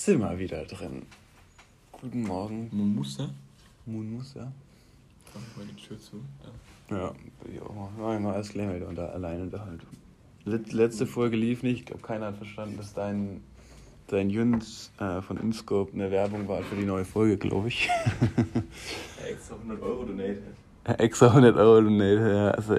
sind wir wieder drin. Guten Morgen. Mumusa? Mumusa. Mach mal die Tür zu. Ja, ich auch mal. Mach ich mal alles länger wieder unter Alleinunterhaltung. Letzte Folge lief nicht. Ich glaube, keiner hat verstanden, dass dein Jüns von InScope eine Werbung war für die neue Folge, glaube ich. Extra 100 Euro donated. Extra 100 Euro donated, ja. Also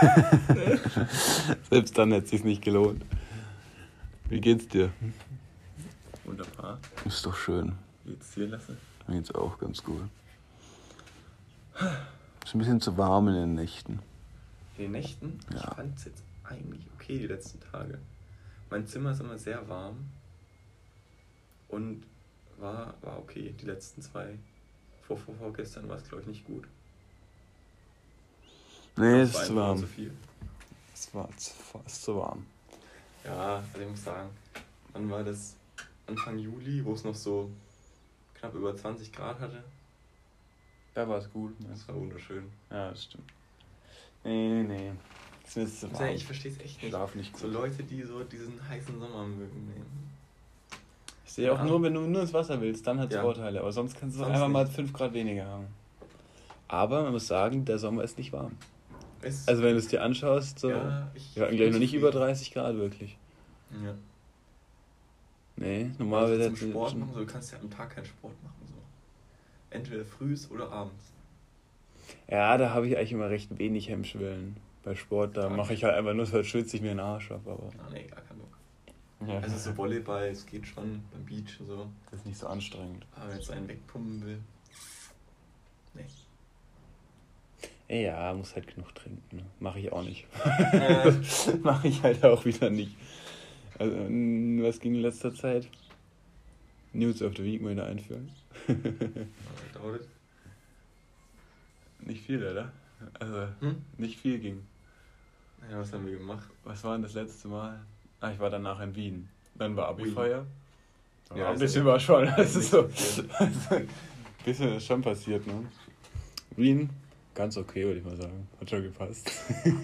selbst dann hätte es sich nicht gelohnt. Wie geht's dir? Wunderbar. Ist doch schön. Wie geht's dir, Lasse? Mir geht's auch ganz gut. Ist ein bisschen zu warm in den Nächten. In den Nächten? Ja. Ich fand es jetzt eigentlich okay die letzten Tage. Mein Zimmer ist immer sehr warm und war okay. Die letzten zwei. Vorgestern war es, glaube ich, nicht gut. Nee, Es es war ist zu einfach warm. zu viel. Es ist zu warm. Ja, also ich muss sagen, wann war das? Anfang Juli, wo es noch so knapp über 20 Grad hatte. Da war es gut. Das war wunderschön. Ja, das stimmt. Nee. Es ist zu warm. Ich verstehe es echt Ich nicht. schlaf nicht gut. So Leute, die so diesen heißen Sommer mögen. Ich sehe auch nur, wenn du nur ins Wasser willst, dann hat es Ja. Vorteile. Aber sonst kannst du Sonst einfach mal nicht. 5 Grad weniger haben. Aber man muss sagen, der Sommer ist nicht warm. Es- Also wenn du es dir anschaust, so, wir hatten gleich noch nicht über 30 Grad wirklich. Ja. Nee, Also normalerweise zum hätten wir Sport schon- machen, so, du kannst ja am Tag keinen Sport machen. So. Entweder frühs oder abends. Ja, da habe ich eigentlich immer recht wenig Hemmschwellen. Bei Sport, da Okay. mache ich halt einfach nur, so schwitze ich mir den Arsch ab. Aber Ah, nee, gar keinen Bock. ja, Also so Volleyball, es geht schon beim Beach und so. das ist nicht so anstrengend. Aber wenn jetzt einen wegpumpen will. Nee. Ja, muss halt genug trinken. Ne? Mache ich auch nicht. Äh. Mache ich halt auch wieder nicht. Also, was ging in letzter Zeit? News of the Week mal wieder einführen. Dauert. Nicht viel, oder? Also, Hm? nicht viel ging. Ja, was haben wir gemacht? Was war denn das letzte Mal? Ich war danach in Wien. Dann war Ui. Abi-Feier. Ja, ein ist bisschen ja- war schon. ist Das ist nicht so. passiert. Ein bisschen ist schon passiert, ne? Wien, ganz okay, würde ich mal sagen. Hat schon gepasst.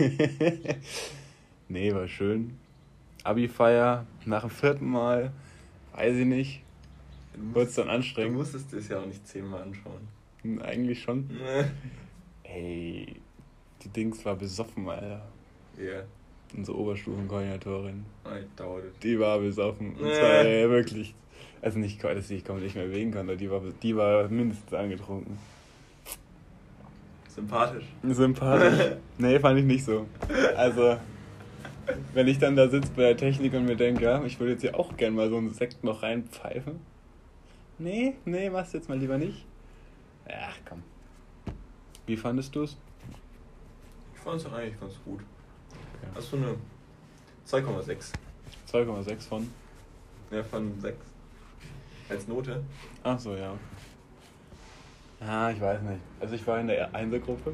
Nee, war schön. Abi-Feier nach dem 4. Mal, weiß ich nicht. Wurde es dann Du anstrengend? musstest es ja auch nicht 10-mal anschauen. Eigentlich schon. Ey, die Dings war besoffen, Alter. Ja, Unsere Oberstufenkoordinatorin. dauert. Die war besoffen. Und zwar wirklich. Also nicht, dass ich kaum nicht mehr wegen kann, aber die war mindestens angetrunken. Sympathisch. Sympathisch. Nee, fand ich nicht so. Also, wenn ich dann da sitze bei der Technik und mir denke, ja, ich würde jetzt hier auch gern mal so einen Sekt noch reinpfeifen. Nee, machst du jetzt mal lieber nicht. Ach komm. Wie fandest du es? Ich fand es eigentlich ganz gut. Ja. Hast du eine 2,6? 2,6 von? Ja, von 6. Als Note? Ach so, ja. Ah, ich weiß nicht. Also ich war in der Einsergruppe.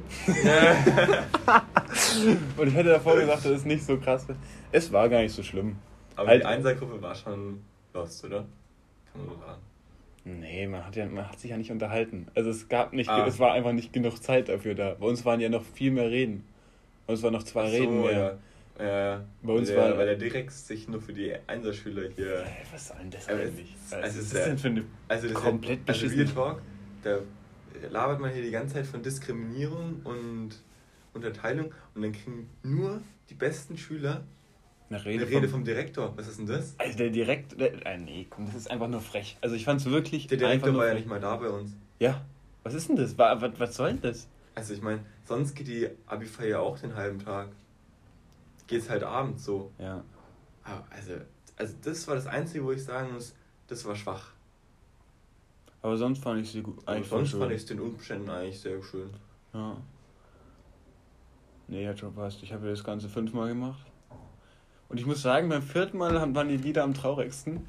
Und ich hätte davor gesagt, das ist nicht so krass. Es war gar nicht so schlimm. Aber Halt- die Einsergruppe war schon lost, oder? Kann man so sagen. Nee, man hat sich ja nicht unterhalten. Also es Ah. es war einfach nicht genug Zeit dafür da. Bei uns waren ja noch viel mehr Reden. Bei uns waren noch 2 Reden mehr. Ja. Bei uns weil war- der direkt sich nur für die Einserschüler hier... Was soll denn das Aber eigentlich? es- Was also ist es das ist denn für eine... Also das Komplett also beschissen. Real Talk, da labert man hier die ganze Zeit von Diskriminierung und Unterteilung und dann kriegen nur die besten Schüler Eine eine Rede vom Direktor. Was ist denn das? Also nee, komm, das ist einfach nur frech. Also ich fand's wirklich Der einfach Direktor nur war ja frech. nicht mal da bei uns. Ja, was ist denn das? Was soll denn das? Also ich meine, sonst geht die Abi-Feier ja auch den halben Tag. Geht's halt abends so. Ja. Aber also das war das Einzige, wo ich sagen muss, das war schwach. Aber sonst fand ich sie gut. Aber Eigentlich sonst voll fand schön. ich es den Umständen eigentlich sehr schön. Ja. Nee, hat schon passt. Ich habe das Ganze 5-mal gemacht. Und ich muss sagen, beim 4. Mal waren die Lieder am traurigsten.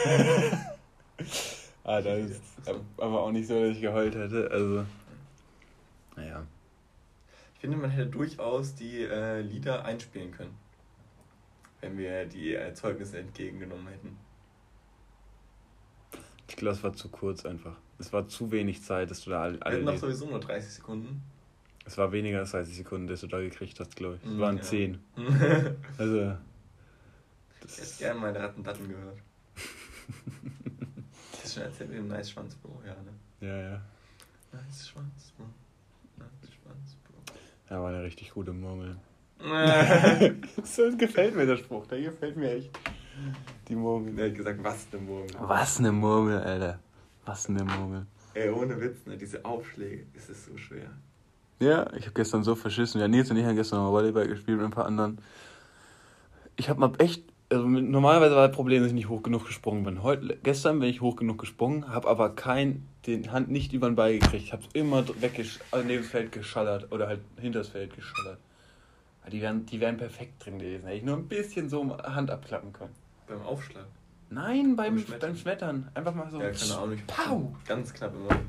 Das ist aber auch nicht so, dass ich geheult hätte. Also, naja. Ich finde, man hätte durchaus die Lieder einspielen können, wenn wir die Zeugnisse entgegengenommen hätten. Ich glaube, es war zu kurz einfach. Es war zu wenig Zeit, dass du da Wir alle hatten noch sowieso nur 30 Sekunden. Es war weniger als 30 Sekunden, dass du da gekriegt hast, glaube ich. Es Mm, waren ja. 10. Ich Also, hätte gerne meine Rattendatten gehört. schon erzählt mit dem Nice Schwanz, Bro, ja, ne? Ja. Nice Schwanz, Bro. Nice Schwanz, Bro. Ja, war eine richtig gute Murmel. Der So gefällt mir der Spruch, der gefällt mir echt. Die Murmel. hat gesagt, was eine Murmel. Was eine Murmel, Alter. Was eine Murmel. Ey, ohne Witz, ne, diese Aufschläge, ist es so schwer. Ja, ich habe gestern so verschissen. Ja, Nils und ich haben gestern mal Volleyball gespielt mit ein paar anderen. Ich habe mal echt, also normalerweise war das Problem, dass ich nicht hoch genug gesprungen bin. Gestern bin ich hoch genug gesprungen, habe aber den Hand nicht über den Ball gekriegt. Ich habe es immer neben das Feld geschallert oder halt hinter das Feld geschallert. Die wären perfekt drin gewesen. Hätte ich nur ein bisschen so Hand abklappen können. Beim Aufschlag? Nein, beim Schmettern. Einfach mal so. Ja, keine Ahnung. Ich Pau! Ganz knapp immer.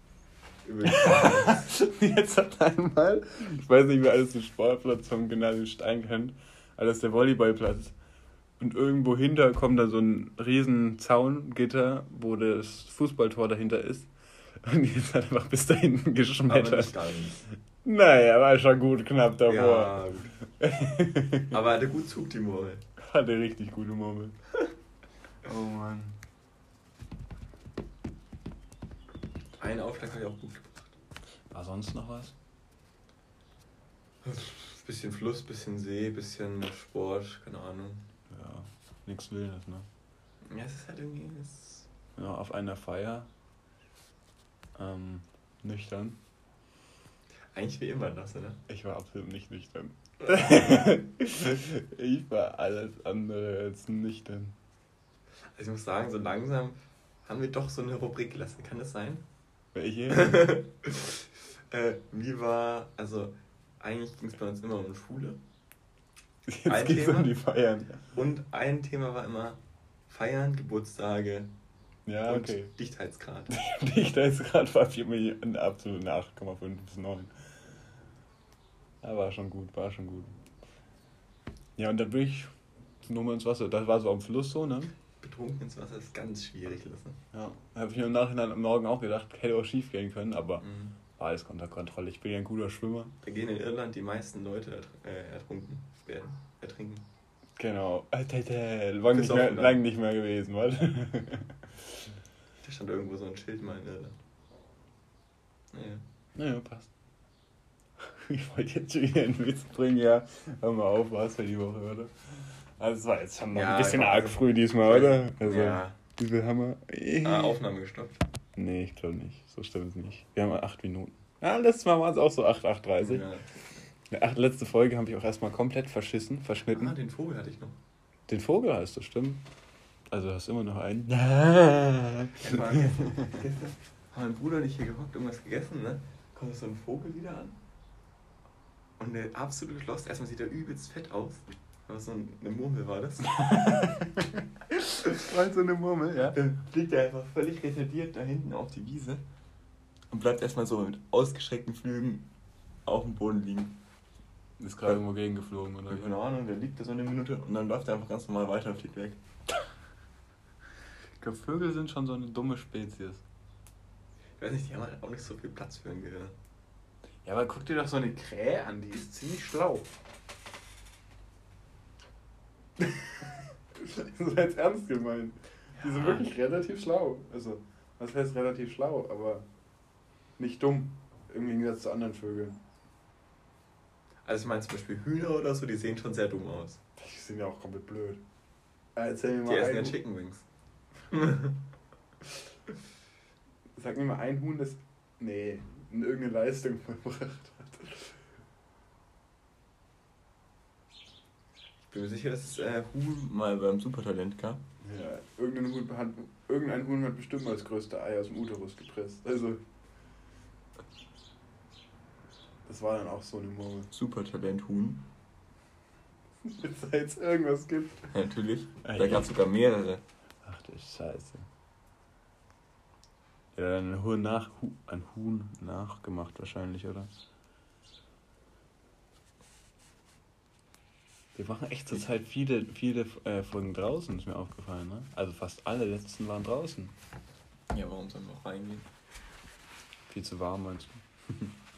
Jetzt hat einmal, ich weiß nicht, wer alles den Sportplatz vom Gymnasium Stein kennt, aber das ist der Volleyballplatz. Und irgendwo hinter kommt da so ein riesen Zaungitter, wo das Fußballtor dahinter ist. Und jetzt hat er einfach bis da hinten geschmettert. Aber nicht ganz. Naja, war schon gut knapp davor. Ja, gut. Aber hatte gut Zug, die Murmel. Hatte richtig gute Murmel. Oh Mann. Einen Aufschlag habe ich auch gut gebracht. War sonst noch was? Bisschen Fluss, bisschen See, bisschen Sport, keine Ahnung. Ja, nichts Wildes, ne? Ja, es ist halt irgendwie... Ja, auf einer Feier. Nüchtern. Eigentlich wie immer das, oder? Ich war absolut nicht nüchtern. Ich war alles andere als nüchtern. Also ich muss sagen, so langsam haben wir doch so eine Rubrik gelassen. Kann das sein? Welche? Also eigentlich ging es bei uns immer um Schule. Jetzt geht es um die Feiern. Und ein Thema war immer Feiern, Geburtstage Ja, und okay. Dichtheitsgrad. Dichtheitsgrad war für mich eine absolute 8,5 bis 9. Ja, war schon gut. Ja, und dann bin ich nur mal ins Wasser. Das war so am Fluss so, ne? Betrunken ins Wasser ist ganz schwierig, lassen. Ja, habe ich mir im Nachhinein am Morgen auch gedacht, hätte auch schief gehen können, aber war alles unter Kontrolle. Ich bin ja ein guter Schwimmer. Da gehen in Irland die meisten Leute ertrinken. Genau. Lang nicht mehr gewesen, was? Da stand irgendwo so ein Schild mal in Irland. Naja, passt. Ich wollte jetzt schon wieder einen Witz bringen, ja. Hör mal auf, was für die Woche, oder? Also es war jetzt schon noch ein bisschen arg früh diesmal, oder? Also, wie viel haben wir? Aufnahme gestoppt. Nee, ich glaube nicht. So stimmt es nicht. Wir haben 8 Minuten. Ja, letztes Mal waren es auch so 8:30. Ja. Letzte Folge habe ich auch erstmal komplett verschnitten. Den Vogel hatte ich noch. Den Vogel hast du, stimmt. Also hast immer noch einen. Gestern haben mein Bruder und ich hier gehockt, irgendwas gegessen, ne? Kommt so ein Vogel wieder an. Und der absolut lost. Erstmal sieht er übelst fett aus. Aber so eine Murmel war das. War so eine Murmel, ja. Dann fliegt er einfach völlig retardiert da hinten auf die Wiese. Und bleibt erstmal so mit ausgestreckten Flügen auf dem Boden liegen. Ist gerade irgendwo gegengeflogen, oder? Keine Ahnung, der liegt da so eine Minute und dann läuft er einfach ganz normal weiter und fliegt weg. Ich glaube, Vögel sind schon so eine dumme Spezies. Ich weiß nicht, die haben halt auch nicht so viel Platz für ein Gehirn. Ja, aber guck dir doch so eine Krähe an, die ist ziemlich schlau. Das ist jetzt ernst gemeint. Die sind wirklich relativ schlau. Also, was heißt relativ schlau, aber nicht dumm. Im Gegensatz zu anderen Vögeln. Also ich meine zum Beispiel Hühner oder so, die sehen schon sehr dumm aus. Die sind ja auch komplett blöd. Erzähl mir mal die essen ja Chicken Wings. Sag mir mal ein Huhn, das irgendeine Leistung vollbracht hat. Ich bin mir sicher, dass es Huhn mal beim Supertalent gab. Ja, irgendein Huhn hat bestimmt mal das größte Ei aus dem Uterus gepresst. Also, das war dann auch so eine Murmel. Supertalent-Huhn. Wenn es da jetzt irgendwas gibt. Ja, natürlich. Da gab es sogar mehrere. Ach du Scheiße. Ja, dann ein Huhn nachgemacht wahrscheinlich, oder? Wir machen echt zurzeit viele Folgen draußen, ist mir aufgefallen, ne? Also fast alle letzten waren draußen. Ja, warum sollen wir auch reingehen? Viel zu warm, meinst du?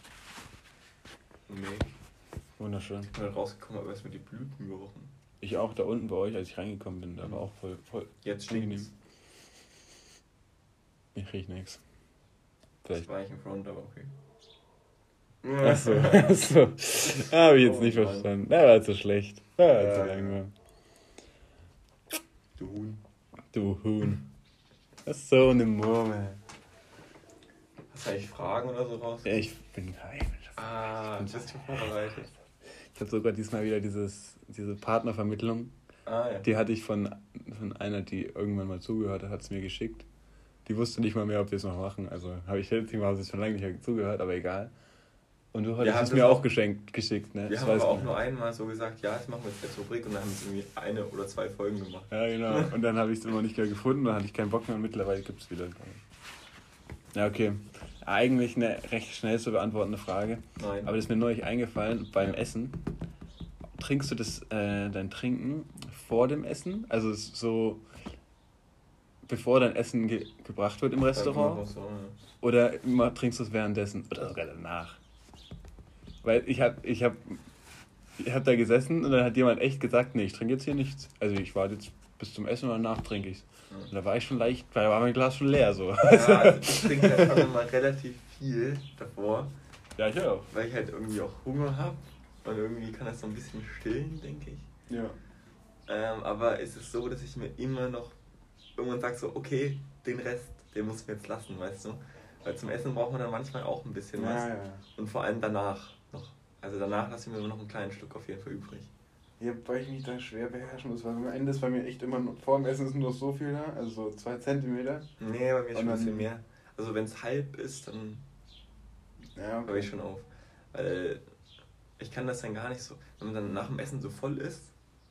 Nee. Wunderschön. Ich bin dann rausgekommen, aber erstmal die Blüten gerochen. Ich auch da unten bei euch, als ich reingekommen bin, da war auch voll Jetzt angenehm. stinkt's. Ich riech nichts. Das war ich im Front, aber okay. Achso. Habe ich jetzt nicht verstanden. Der war zu schlecht. Der war zu langsam. Du Huhn. Das ist so eine Murmel. Hast du eigentlich Fragen oder so raus? Ja, ich bin bist du vorbereitet? Ich habe sogar diesmal wieder diese Partnervermittlung. Ja. Die hatte ich von einer, die irgendwann mal zugehört hat, hat es mir geschickt. Die wusste nicht mal mehr, ob wir es noch machen. Also habe ich jetzt schon lange nicht mehr zugehört, aber egal. Und du hattest es mir auch geschickt, ne? Wir haben aber auch nur einmal so gesagt, ja, das machen wir jetzt als Rubrik und dann haben wir irgendwie 1 oder 2 Folgen gemacht. Ja, genau. Und dann habe ich es immer nicht mehr gefunden, dann hatte ich keinen Bock mehr und mittlerweile gibt es wieder. Ja, okay. Eigentlich eine recht schnell zu beantwortende Frage. Nein. Aber das ist mir neulich eingefallen beim Essen. Trinkst du dein Trinken vor dem Essen? Also so bevor dein Essen gebracht wird im Restaurant? So, ja. Oder trinkst du es währenddessen? Oder sogar danach? Weil ich hab da gesessen und dann hat jemand echt gesagt, nee, ich trinke jetzt hier nichts. Also ich warte jetzt bis zum Essen und danach trinke ich es. Und da war ich schon leicht, da war mein Glas schon leer. So. Ja, also ich trinke halt schon immer relativ viel davor. Ja, ich auch. Weil ich halt irgendwie auch Hunger habe und irgendwie kann das so ein bisschen stillen, denke ich. Ja. Aber es ist so, dass ich mir immer noch irgendwann sage so, okay, den Rest, den muss ich mir jetzt lassen, weißt du? Weil zum Essen braucht man dann manchmal auch ein bisschen was. Ja. Und vor allem danach noch. Also danach lasse ich mir immer noch einen kleinen Stück auf jeden Fall übrig. Ja, weil ich mich da schwer beherrschen muss, weil am Ende ist bei mir echt immer, vor dem Essen ist nur noch so viel da, also so 2 Zentimeter. Nee, bei mir ist schon ein bisschen mehr. Also wenn es halb ist, dann höre ich schon auf. Weil ich kann das dann gar nicht so, wenn man dann nach dem Essen so voll ist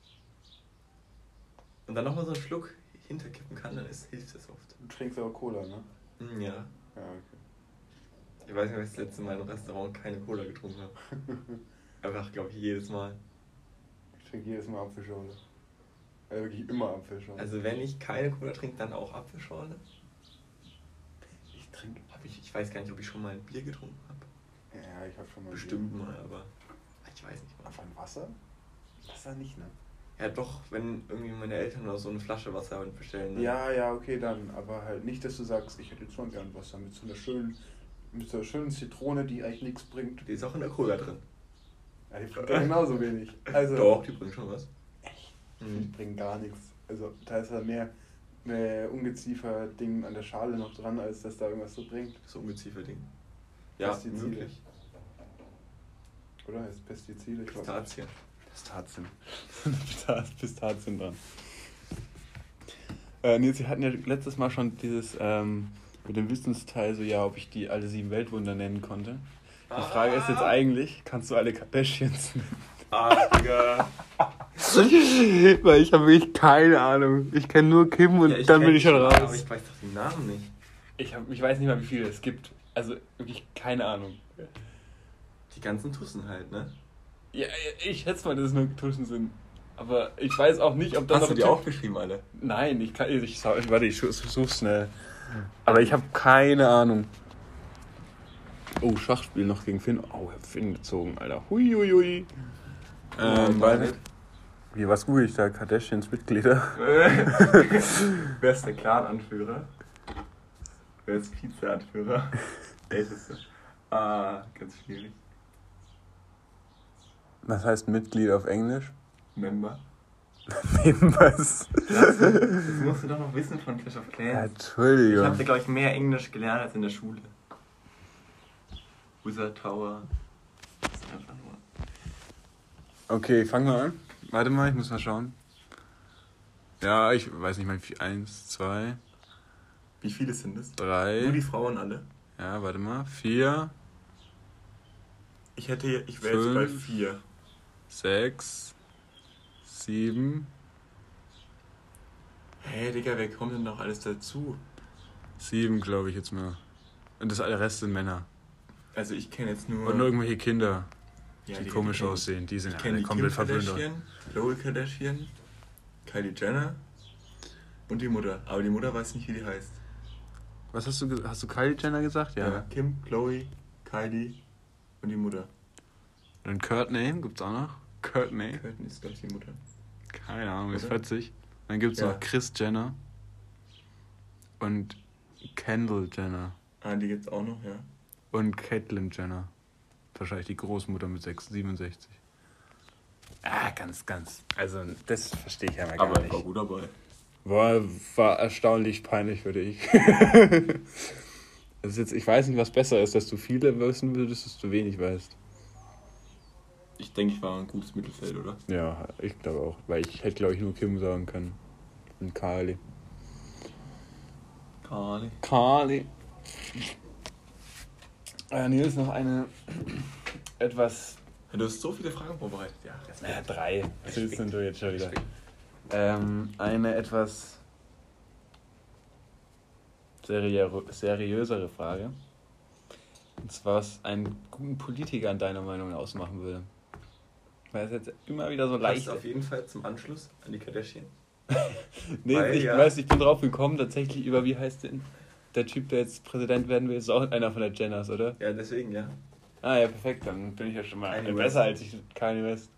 und dann nochmal so einen Schluck hinterkippen kann, dann hilft das oft. Du trinkst aber Cola, ne? Ja. Ja, okay. Ich weiß nicht, ob ich das letzte Mal im Restaurant keine Cola getrunken habe. Einfach, glaube ich, jedes Mal. Ich trinke jedes Mal Apfelschorle. Also wirklich immer Apfelschorle. Also wenn ich keine Cola trinke, dann auch Apfelschorle. Ich weiß gar nicht, ob ich schon mal ein Bier getrunken habe. Ja, ich habe schon mal. Bestimmt mal, aber ich weiß nicht mal. Von Wasser? Wasser nicht, ne? Ja doch, wenn irgendwie meine Eltern oder so eine Flasche Wasser bestellen. Ne? Ja, okay, dann. Aber halt nicht, dass du sagst, ich hätte jetzt schon gern Wasser mit so einer schönen Zitrone, die eigentlich nichts bringt. Die ist auch in der Cola drin. Ja, die bringt ja genauso wenig. Also, doch, die bringt schon was. Echt? Die bringen gar nichts. Also da ist ja mehr Ungeziefer-Ding an der Schale noch dran, als dass da irgendwas so bringt. So Ungeziefer-Ding? Ja, Pestizide. möglich. Oder heißt Pestizide? Pistazien. Pistazien dran. Nils, wir hatten ja letztes Mal schon dieses mit dem Wissensteil, so ja, ob ich die alle 7 Weltwunder nennen konnte. Die Frage ist jetzt eigentlich, kannst du alle Kardashians nennen? Digga. Weil ich habe wirklich keine Ahnung. Ich kenne nur Kim und dann bin ich schon raus. Aber ich weiß doch den Namen nicht. Ich weiß nicht mal, wie viele es gibt. Also wirklich keine Ahnung. Die ganzen Tussen halt, ne? Ja, ich schätze mal, dass es nur Tuschen sind. Aber ich weiß auch nicht, ob das Hast du die aufgeschrieben, alle? Nein, ich such's schnell. Aber ich habe keine Ahnung. Oh, Schachspiel noch gegen Finn. Oh, ich hab Finn gezogen, Alter. Huiuiui. Was google ich da? Kardashians Mitglieder? Wer ist der Clan-Anführer? Wer ist Vize-Anführer? Älteste. Ganz schwierig. Was heißt Mitglied auf Englisch? Member. Members. Das musst du doch noch wissen von Clash of Clans. Ja, Entschuldigung. Ich habe da, glaube ich, mehr Englisch gelernt als in der Schule. Wizard Tower. Das ist einfach nur. Okay, fangen wir an. Warte mal, ich muss mal schauen. Ja, ich weiß nicht mal, 1, 2. Wie viele sind es? 3. Nur die Frauen alle? Ja, warte mal. 4. Ich wäre jetzt bei 4. 6. 7. Hey, Digga, wer kommt denn noch alles dazu? 7, glaube ich jetzt mal. Und das alle Rest sind Männer. Also ich kenne jetzt nur... Und nur irgendwelche Kinder, ja, die komisch aussehen. Die sind alle komplett verwöhnt. Khloe Kardashian, Kylie Jenner und die Mutter. Aber die Mutter weiß nicht, wie die heißt. Was hast du Kylie Jenner gesagt? Ja. Kim, Khloe, Kylie und die Mutter. Und Courtney gibt's auch noch. Courtney ist, glaube ich, die Mutter. Keine Ahnung, ist 40. Dann gibt's noch Kris Jenner. Und Kendall Jenner. Ah, die gibt's auch noch, ja. Und Caitlyn Jenner. Wahrscheinlich die Großmutter mit 67. Ah, ganz. Also, das verstehe ich ja mal gar nicht. Aber war gut dabei. War erstaunlich peinlich, würde ich. Das ist jetzt, ich weiß nicht, was besser ist, dass du viele wissen würdest, dass du wenig weißt. Ich denke, ich war ein gutes Mittelfeld, oder? Ja, ich glaube auch. Weil ich hätte, glaube ich, nur Kim sagen können. Und Carly. Nils, noch eine etwas... Du hast so viele Fragen vorbereitet. Ja, Ja, 3. Was willst denn du jetzt schon wieder? Eine etwas seriösere Frage. Und zwar, was einen guten Politiker in deiner Meinung ausmachen würde. Weil es jetzt immer wieder so leicht ist. Auf jeden Fall zum Anschluss an die Kardashian. Ich bin drauf gekommen, tatsächlich über, wie heißt denn der Typ, der jetzt Präsident werden will, ist auch einer von der Jenners, oder? Ja, deswegen, ja. Ah ja, perfekt, dann bin ich ja schon mal Kanye besser West. als ich Kanye West.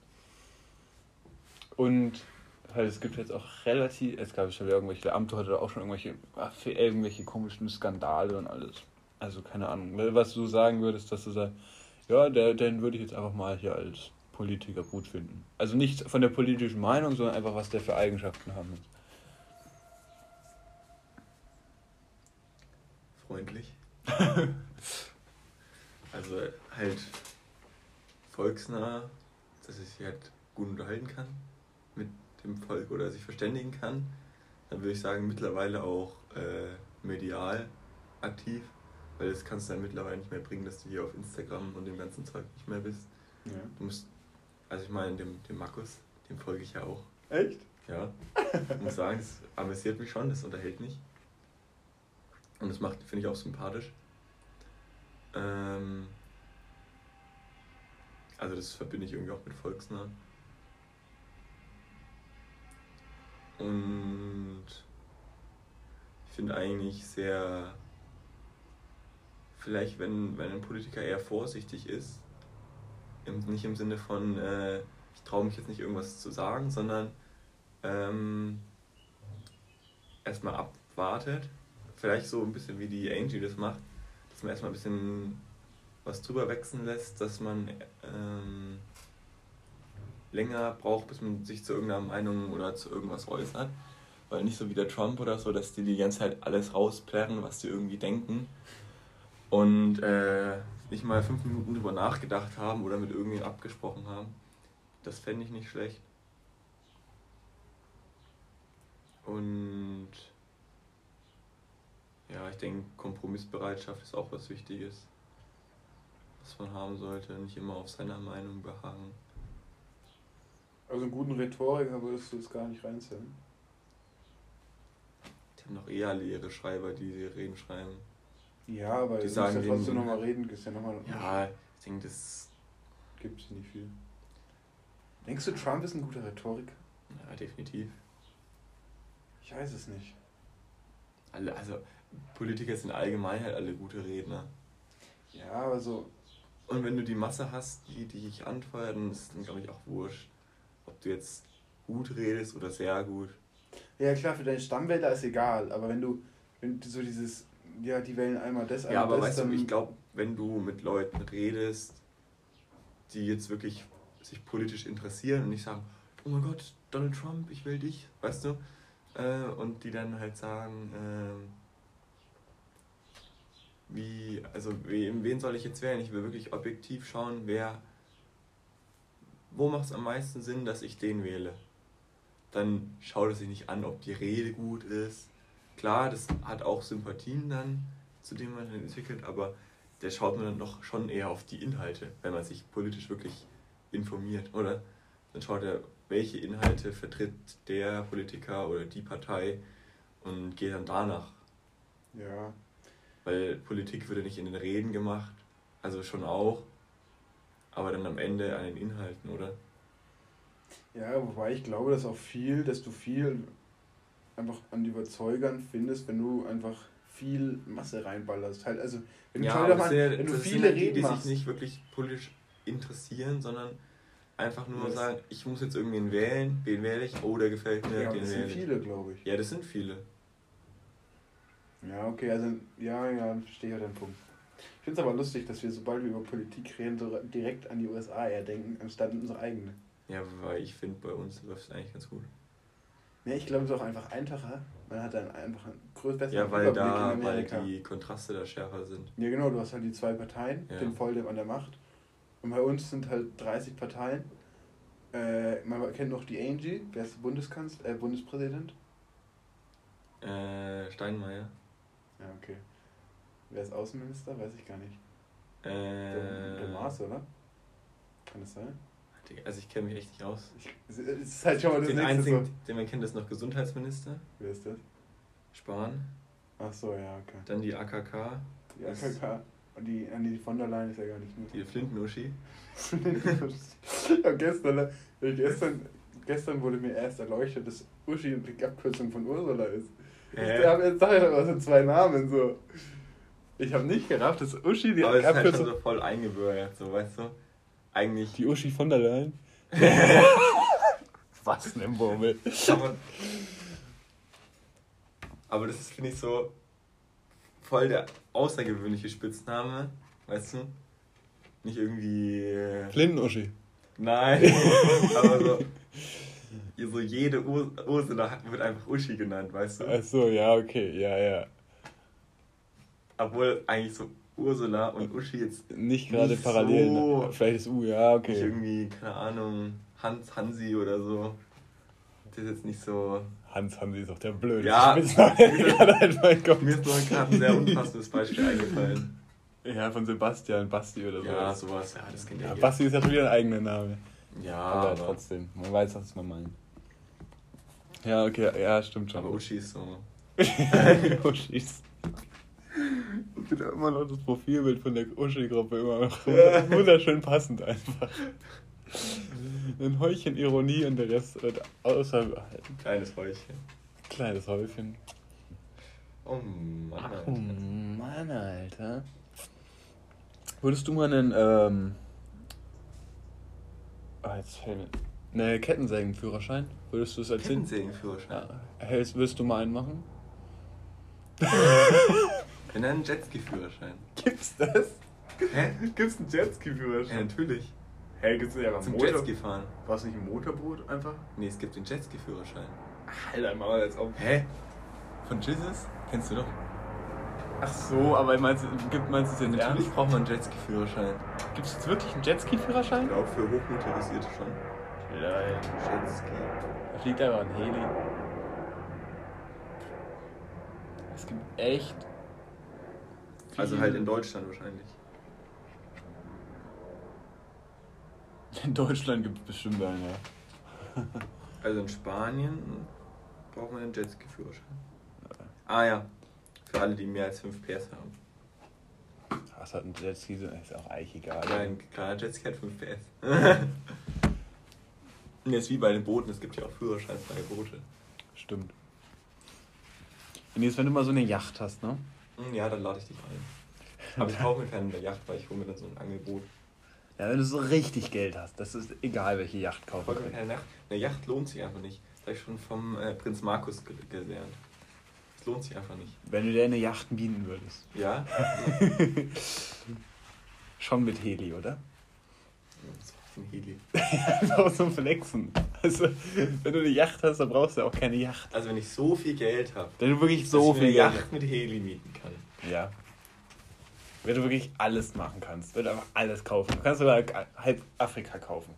Und halt, es gibt jetzt auch relativ, es gab schon wieder irgendwelche, der Amtor hatte auch schon irgendwelche komischen Skandale und alles. Also keine Ahnung, was du sagen würdest, dass du sagst, ja, den würde ich jetzt einfach mal hier als Politiker gut finden. Also nicht von der politischen Meinung, sondern einfach, was der für Eigenschaften haben muss. Freundlich. Also halt volksnah, dass ich sich halt gut unterhalten kann mit dem Volk oder sich verständigen kann. Dann würde ich sagen, mittlerweile auch medial aktiv, weil das kannst du dann mittlerweile nicht mehr bringen, dass du hier auf Instagram und dem ganzen Zeug nicht mehr bist. Ja. Du musst, also ich meine, dem Markus, dem folge ich ja auch. Echt? Ja. Ich muss sagen, das amüsiert mich schon, das unterhält mich. Und das finde ich auch sympathisch. Also das verbinde ich irgendwie auch mit volksnah. Und ich finde eigentlich sehr, vielleicht wenn ein Politiker eher vorsichtig ist, nicht im Sinne von, ich traue mich jetzt nicht irgendwas zu sagen, sondern erstmal abwartet, vielleicht so ein bisschen wie die Angie das macht, dass man erstmal ein bisschen was drüber wechseln lässt, dass man länger braucht, bis man sich zu irgendeiner Meinung oder zu irgendwas äußert. Weil nicht so wie der Trump oder so, dass die ganze Zeit alles rausplärren, was die irgendwie denken. Und nicht mal 5 Minuten drüber nachgedacht haben oder mit irgendjemandem abgesprochen haben. Das fände ich nicht schlecht. Und ja, ich denke, Kompromissbereitschaft ist auch was Wichtiges, was man haben sollte, nicht immer auf seiner Meinung beharren. Also einen guten Rhetoriker würdest du jetzt gar nicht reinzählen? Die haben noch eher alle ihre Schreiber, die Reden schreiben. Ja, aber die sagen ja trotzdem nochmal reden, ist ja nochmal... Ja, ich denke, das... Gibt's nicht viel. Denkst du, Trump ist ein guter Rhetoriker? Ja, definitiv. Ich weiß es nicht. Also, Politiker sind allgemein halt alle gute Redner. Ja, aber so... Und wenn du die Masse hast, die dich anfeuert, dann ist es, glaube ich, auch wurscht, ob du jetzt gut redest oder sehr gut. Ja klar, für deine Stammwähler ist egal, aber wenn du so dieses, ja, die wählen einmal das, einmal ja, aber das, weißt du, ich glaube, wenn du mit Leuten redest, die jetzt wirklich sich politisch interessieren und nicht sagen, oh mein Gott, Donald Trump, ich will dich, weißt du, und die dann halt sagen, wen soll ich jetzt wählen? Ich will wirklich objektiv schauen, wo macht es am meisten Sinn, dass ich den wähle. Dann schaut es sich nicht an, ob die Rede gut ist. Klar, das hat auch Sympathien dann, zu denen man dann entwickelt, aber da schaut man dann doch schon eher auf die Inhalte, wenn man sich politisch wirklich informiert, oder? Dann schaut er, welche Inhalte vertritt der Politiker oder die Partei und geht dann danach. Ja. Weil Politik wird ja nicht in den Reden gemacht, also schon auch, aber dann am Ende an den Inhalten, oder? Ja, wobei ich glaube, dass du viel einfach an Überzeugern findest, wenn du einfach viel Masse reinballerst. Halt, also, wenn du, wenn du viele Reden die machst. sich nicht wirklich politisch interessieren, sondern einfach nur sagen, ich muss jetzt irgendwen wählen, wen wähle ich, oh, der gefällt mir, ja, den wähle ich. Das sind viele, glaube ich. Ja, das sind viele. Ja, okay, also, ja, verstehe ich deinen Punkt. Ich finde es aber lustig, dass wir, sobald wir über Politik reden, so direkt an die USA eher denken, anstatt an unsere eigene. Ja, weil ich finde, bei uns läuft es eigentlich ganz gut. Ja, ich glaube, es ist auch einfach einfacher. Man hat dann einfach einen besseren Ja, weil Überblick in weil Amerika. die Kontraste da schärfer sind. Ja, genau, du hast halt die zwei Parteien, den Volldepp an der Macht. Und bei uns sind halt 30 Parteien. Man kennt noch die Angie, wer ist Bundespräsident? Steinmeier. Ja, okay. Wer ist Außenminister? Weiß ich gar nicht. Der Maas, oder? Kann das sein? Also ich kenne mich echt nicht aus. Es ist halt schon mal das den nächste einzigen, so. den man kennt, ist noch Gesundheitsminister. Wer ist das? Spahn. Ach so, ja, okay. Dann die AKK. Die AKK. Und die von der Leyen ist ja gar nicht nur. Die Flinten-Uschi. Ja, gestern wurde mir erst erleuchtet, dass Uschi die Abkürzung von Ursula ist. Ich habe jetzt aber so zwei Namen so. Ich habe nicht gerafft, dass Uschi die Abkürzung... Aber es ist halt schon so voll eingebürgert, so, weißt du? Eigentlich... Die Uschi von der Leyen? Was denn im Bummel? Aber das ist, finde ich, so voll der außergewöhnliche Spitzname, weißt du? Nicht irgendwie... Flinten-Uschi. Nein, aber so jede Ursula wird einfach Uschi genannt, weißt du? Ach so, ja, okay, ja. Obwohl eigentlich so Ursula und Uschi jetzt nicht gerade parallel, so, vielleicht ist ja, okay. Nicht irgendwie, keine Ahnung, Hansi oder so. Das ist jetzt nicht so... Hansi ist doch der blöde. Ja, mir ist noch gerade ein sehr unpassendes Beispiel eingefallen. Ja, von Sebastian, Basti oder so. Ja, sowas, ja, das kennt ihr. Basti ist ja schon wieder ein eigener Name. Ja, aber trotzdem, man weiß, was man meint. Ja, okay, ja, stimmt schon. Aber Uschi ist so... Uschi ist... Ich finde immer noch das Profilbild von der Uschi-Gruppe immer noch wunderschön passend einfach. Ein Häufchen Ironie und der Rest wird außerhalten. Kleines Häufchen. Oh Mann, Alter. Oh Mann, Alter. Würdest du mal einen, jetzt fällt mir... Ne, Kettensägenführerschein? Würdest du es erzählen? Kettensägenführerschein? Ja. Willst du mal einen machen? Wenn einen Jetski-Führerschein. Gibt's das? Hä? Gibt's einen Jetski-Führerschein? Ja, natürlich. Hey, gibt's ja beim Zum Jetski fahren. War es nicht ein Motorboot einfach? Nee, es gibt den Jetski-Führerschein. Alter, mal jetzt auf. Hä? Von Jesus? Kennst du doch. Ach so, aber meinst du es denn Natürlich braucht man einen Jetski-Führerschein. Gibt es jetzt wirklich einen Jetski-Führerschein? Ich glaube, für Hochmotorisierte schon. Nein. Jetski. Da fliegt einfach ein Heli. Es gibt echt... Also halt in Deutschland wahrscheinlich. In Deutschland gibt es bestimmt einen, ja. Also in Spanien braucht man einen Jetski-Führerschein. Ah ja, für alle, die mehr als 5 PS haben. Was hat ein Jetski? Ist auch eigentlich egal. Ja, ein kleiner Jetski hat 5 PS. Und jetzt wie bei den Booten, es gibt ja auch führerscheinfreie Boote. Stimmt. Wenn du mal so eine Yacht hast, ne? Ja, dann lade ich dich ein. Aber ich kaufe mir keine Yacht, weil ich hole mir dann so ein Angelboot. Ja, wenn du so richtig Geld hast, das ist egal, welche Yacht kaufen. Eine Yacht lohnt sich einfach nicht. Das habe ich schon vom Prinz Markus gelernt. Es lohnt sich einfach nicht. Wenn du dir eine Yacht mieten würdest. Ja? Schon mit Heli, oder? Was war für ein Heli? Einfach so ein Flexen. Also, wenn du eine Yacht hast, dann brauchst du auch keine Yacht. Also, wenn ich so viel Geld habe, wenn du wirklich so viel Geld Yacht mit Heli mieten kann. Ja. Wenn du wirklich alles machen kannst. Wenn du einfach alles kaufen. Du kannst sogar halb Afrika kaufen.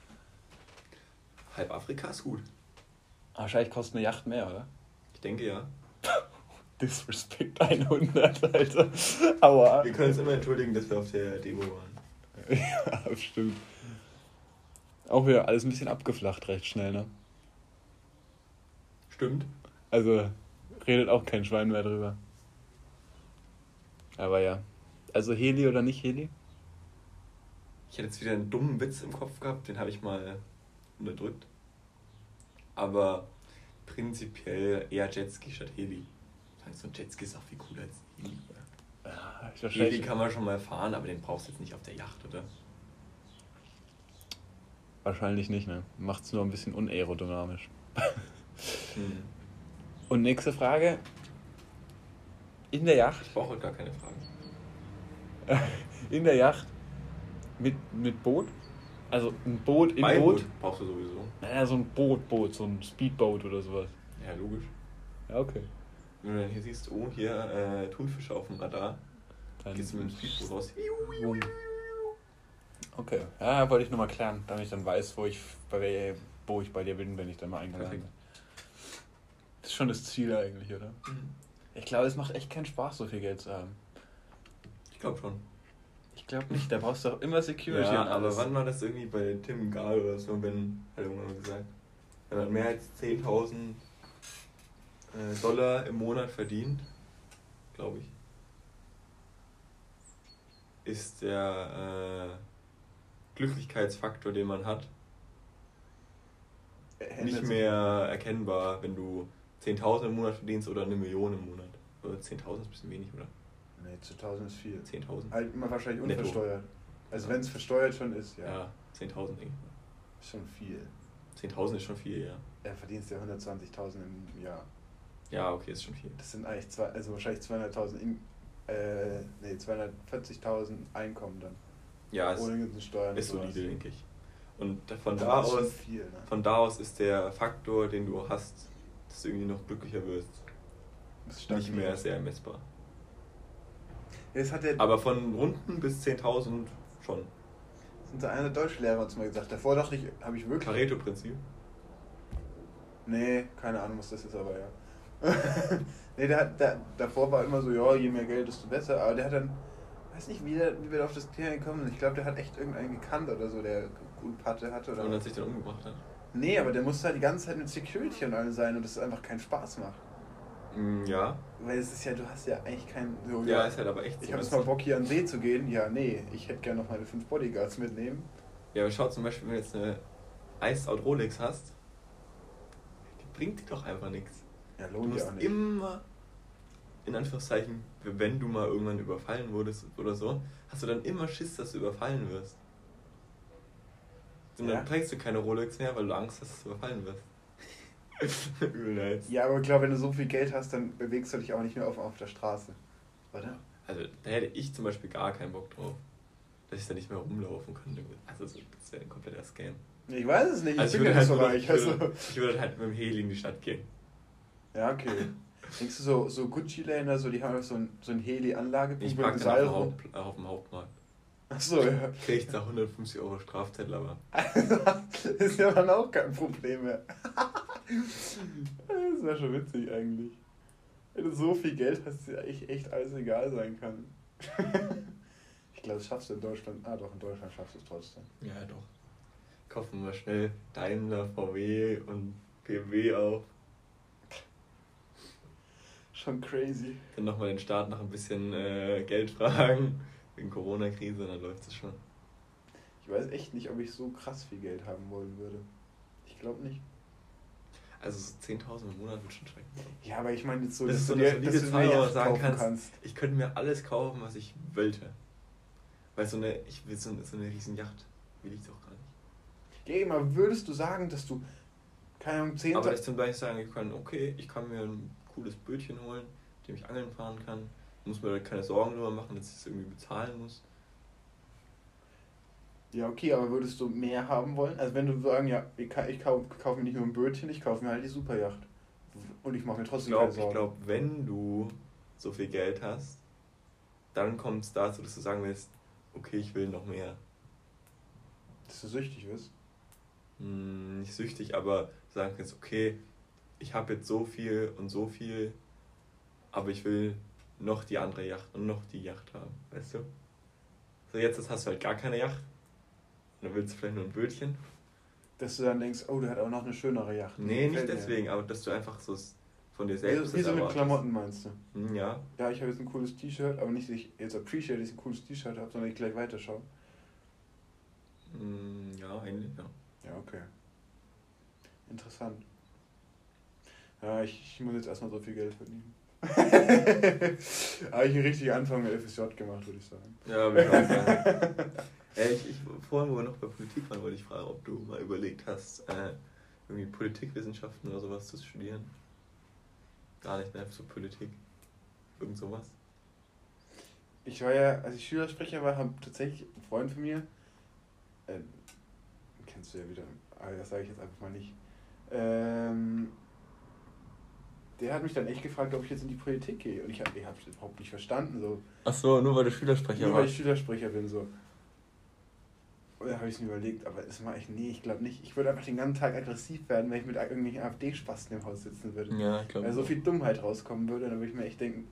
Halb Afrika ist gut. Wahrscheinlich kostet eine Yacht mehr, oder? Ich denke ja. Disrespect 100, Alter. Aua. Wir können uns immer entschuldigen, dass wir auf der Demo waren. Ja, stimmt. Auch wieder alles ein bisschen abgeflacht recht schnell, ne? Stimmt. Also, redet auch kein Schwein mehr drüber. Aber ja. Also Heli oder nicht Heli? Ich hätte jetzt wieder einen dummen Witz im Kopf gehabt, den habe ich mal unterdrückt. Aber prinzipiell eher Jetski statt Heli. So ein Jetski ist auch viel cooler als ein Heli. Ja, Heli kann man schon mal fahren, aber den brauchst du jetzt nicht auf der Yacht, oder? Wahrscheinlich nicht, ne? Macht's nur ein bisschen unaerodynamisch. Und nächste Frage. In der Yacht? Ich brauche heute gar keine Fragen. In der Yacht mit Boot? Also ein Boot im Boot? Brauchst du sowieso. Naja, so ein Boot, so ein Speedboat oder sowas. Ja, logisch. Ja, okay. Wenn du dann hier siehst, oh, hier Thunfische auf dem Radar, dann gehst du mit dem Speedboot raus. Okay, ja, wollte ich nur mal klären, damit ich dann weiß, wo ich bei dir bin, wenn ich dann mal eingeladen bin. Das ist schon das Ziel eigentlich, oder? Mhm. Ich glaube, es macht echt keinen Spaß, so viel Geld zu haben. Ich glaube schon. Ich glaube nicht, da brauchst du auch immer Security ja, und alles. Aber wann war das irgendwie bei Tim Gahl oder so, wenn, hat irgendwann mal gesagt, wenn man mehr als 10.000 Dollar im Monat verdient, glaube ich, ist der Glücklichkeitsfaktor, den man hat, nicht mehr erkennbar, wenn du 10.000 im Monat verdienst oder 1 Million im Monat. Oder 10.000 ist ein bisschen wenig, oder? Nee, 10.000 ist viel. 10.000? Halt immer wahrscheinlich unversteuert. Also wenn es versteuert schon ist, ja. Ja, 10.000 denke ich. Ist schon viel. 10.000 ist schon viel, ja. Er verdient ja 120.000 im Jahr. Ja, okay, ist schon viel. Das sind eigentlich wahrscheinlich 200.000 240.000 Einkommen dann. Ja, ohne Steuern ist solide, denke ich. Und von da aus ist der Faktor, den du hast, dass du irgendwie noch glücklicher wirst, nicht mehr sehr messbar. Aber von Runden bis 10.000 schon. Das hat einer Deutschlehrer uns mal gesagt. Davor dachte ich, habe ich wirklich... Pareto-Prinzip? Nee, keine Ahnung, was das ist, aber ja. Nee, davor war immer so, ja, je mehr Geld, desto besser. Aber der hat dann, weiß nicht, wie wir auf das Thema gekommen sind. Ich glaube, der hat echt irgendeinen gekannt oder so, der gut Patte hatte. Oder und dann sich dann umgebracht hat. Nee, aber der musste halt die ganze Zeit mit Security und allem sein und das einfach keinen Spaß macht. Ja. Weil es ist ja, du hast ja eigentlich keinen... So, ja, ist halt aber echt so. Ich habe jetzt mal Bock, hier an den See zu gehen. Ja, nee, ich hätte gerne noch meine 5 Bodyguards mitnehmen. Ja, aber schau zum Beispiel, wenn du jetzt eine Iced Out Rolex hast, die bringt dir doch einfach nichts. Ja, lohnt ja auch nicht. Immer, in Anführungszeichen, wenn du mal irgendwann überfallen wurdest oder so, hast du dann immer Schiss, dass du überfallen wirst. Und dann trägst du keine Rolex mehr, weil du Angst hast, dass du überfallen wirst. Übel nice. Ja, aber ich glaube, wenn du so viel Geld hast, dann bewegst du dich auch nicht mehr auf der Straße. Oder? Also, da hätte ich zum Beispiel gar keinen Bock drauf, dass ich da nicht mehr rumlaufen könnte. Also, das wäre ein kompletter Scam. Ich weiß es nicht, also ich bin ja nicht so reich. Ich würde halt mit dem Heli in die Stadt gehen. Ja, okay. Denkst du, so Gucci-Länder, so, die haben so ein Heli-Anlage? Ich parke dann auf dem Hauptmarkt. Achso, ja. Krieg ich da 150 € Strafzettel, aber... Das ist ja dann auch kein Problem mehr. Das wäre schon witzig eigentlich. Wenn du so viel Geld hast, dass dir eigentlich echt alles egal sein kann. Ich glaube, das schaffst du in Deutschland. Ah doch, in Deutschland schaffst du es trotzdem. Ja, doch. Kaufen wir schnell Daimler, VW und BMW auf. Schon crazy. Dann nochmal den Staat nach ein bisschen Geld fragen. Wegen Corona-Krise, dann läuft es schon. Ich weiß echt nicht, ob ich so krass viel Geld haben wollen würde. Ich glaube nicht. Also so 10.000 im Monat wird schon schrecken. Ja, aber ich meine jetzt so, dass du dir solide Zahl sagen kannst. Ich könnte mir alles kaufen, was ich wollte. Weil ich will so eine riesen Yacht. Will ich doch gar nicht. Geh mal, würdest du sagen, dass du, keine Ahnung, 10... Aber ich zum Beispiel sagen kann, okay, ich kann mir ein cooles Bötchen holen, mit dem ich angeln fahren kann. Muss mir halt keine Sorgen darüber machen, dass ich es irgendwie bezahlen muss. Ja, okay, aber würdest du mehr haben wollen? Also wenn du sagen, ja, ich kaufe mir nicht nur ein Bötchen, ich kaufe mir halt die Superjacht. Und ich mache mir trotzdem keine Sorgen. Ich glaube, wenn du so viel Geld hast, dann kommt es dazu, dass du sagen willst, okay, ich will noch mehr. Dass du süchtig wirst? Nicht süchtig, aber du sagen kannst, okay, ich habe jetzt so viel und so viel, aber ich will noch die andere Yacht und noch die Yacht haben, weißt du? So jetzt hast du halt gar keine Yacht und dann willst du vielleicht nur ein Bötchen. Dass du dann denkst, oh, der hat auch noch eine schönere Yacht. Nee, nicht deswegen, aber dass du einfach so von dir selbst... Wie so mit Klamotten meinst du? Ja. Ja, ich habe jetzt ein cooles T-Shirt, aber nicht, dass ich jetzt appreciate, dass ich ein cooles T-Shirt habe, sondern ich gleich weiterschaue. Ja, eigentlich, ja. Ja, okay. Interessant. Ja, ich muss jetzt erstmal so viel Geld verdienen. Habe ich einen richtigen Anfang mit FSJ gemacht, würde ich sagen. Ja, würde ich auch sagen. Vorhin, wo wir noch bei Politik waren, wollte ich fragen, ob du mal überlegt hast, irgendwie Politikwissenschaften oder sowas zu studieren. Gar nicht mehr so Politik. Irgend sowas. Ich war ja, als ich Schülersprecher war, haben tatsächlich ein Freund von mir, kennst du ja wieder, aber das sage ich jetzt einfach mal nicht, der hat mich dann echt gefragt, ob ich jetzt in die Politik gehe. Und ich habe es überhaupt nicht verstanden. So. Ach so, nur weil du Schülersprecher warst. Nur weil ich Schülersprecher bin. So. Und dann habe ich es mir überlegt, aber das mache ich, nee, ich glaube nicht. Ich würde einfach den ganzen Tag aggressiv werden, wenn ich mit irgendwelchen AfD-Spasten im Haus sitzen würde. Ja, ich glaube. Weil so viel Dummheit rauskommen würde, dann würde ich mir echt denken,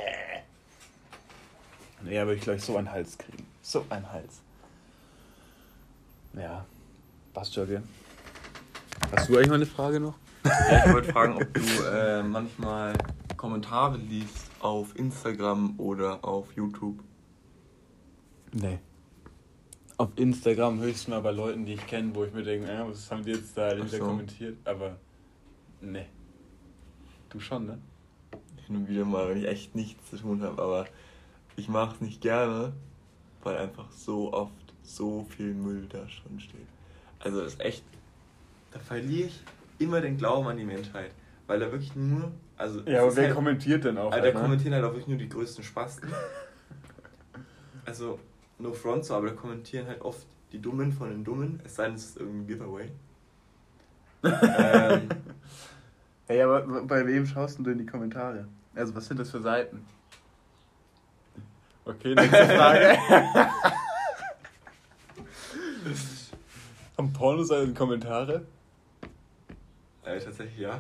naja, würde ich glaube ich so einen Hals kriegen. So einen Hals. Ja, passt schon, gell? Hast du eigentlich mal eine Frage noch? Ja, ich wollte fragen, ob du manchmal Kommentare liest auf Instagram oder auf YouTube. Nee. Auf Instagram höchstens mal bei Leuten, die ich kenne, wo ich mir denke, was haben die jetzt da wieder kommentiert? Aber nee. Du schon, ne? Hin und wieder mal, wenn ich echt nichts zu tun habe, aber ich mache es nicht gerne, weil einfach so oft so viel Müll da schon steht. Also das ist echt, da verliere ich immer den Glauben an die Menschheit, weil da wirklich nur, also ja, aber wer halt, kommentiert denn auch? Also da kommentieren halt auch wirklich nur die größten Spasten. Also no front so, aber da kommentieren halt oft die Dummen von den Dummen, es sei denn, es ist irgendein Giveaway. Hey, aber bei wem schaust du in die Kommentare? Also was sind das für Seiten? Okay, nächste Frage. Haben Pornoseiten Kommentare? Tatsächlich ja.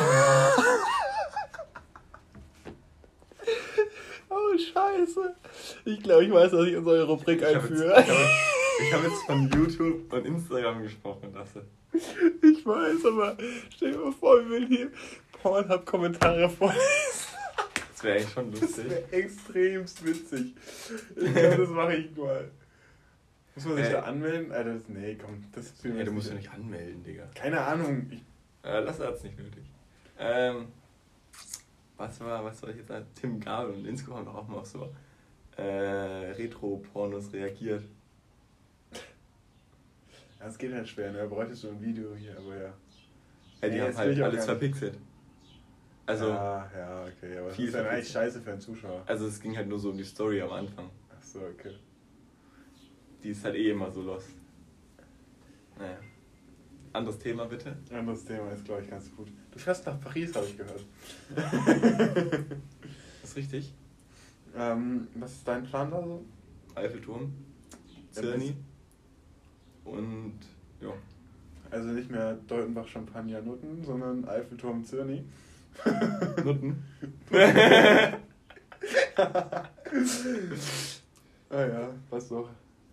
Oh, scheiße. Ich glaube, ich weiß, was ich in so eine Rubrik einführe. Ich habe jetzt von YouTube und Instagram gesprochen, Lasse. Ich weiß, aber stell dir mal vor, wir will hier Pornhub-Kommentare vorlesen. Das wäre eigentlich schon lustig. Das wäre extremst witzig. Ich glaube, das mache ich mal. Muss man sich da anmelden? Nee, komm. Das ist du musst dich nicht anmelden, Digga. Keine Ahnung. Lasse hat's nicht nötig. Was soll ich jetzt sagen? Tim Gabel und Insko haben doch auch mal auf so Retro-Pornos reagiert. Ja, das geht halt schwer, ne? Da bräuchtest du ein Video hier, aber ja. Die haben halt alles verpixelt. Also, ja, okay, aber das ist dann eigentlich scheiße für einen Zuschauer. Also es ging halt nur so um die Story am Anfang. Ach so, okay. Die ist halt immer so lost. Naja. Anderes Thema bitte. Anderes Thema ist, glaube ich, ganz gut. Du fährst nach Paris, habe ich gehört. Das ist richtig. Was ist dein Plan da so? Eiffelturm, Zirni und ja. Also nicht mehr Deutenbach Champagner Nutten, sondern Eiffelturm Zirni. Nutten? Ja, passt doch.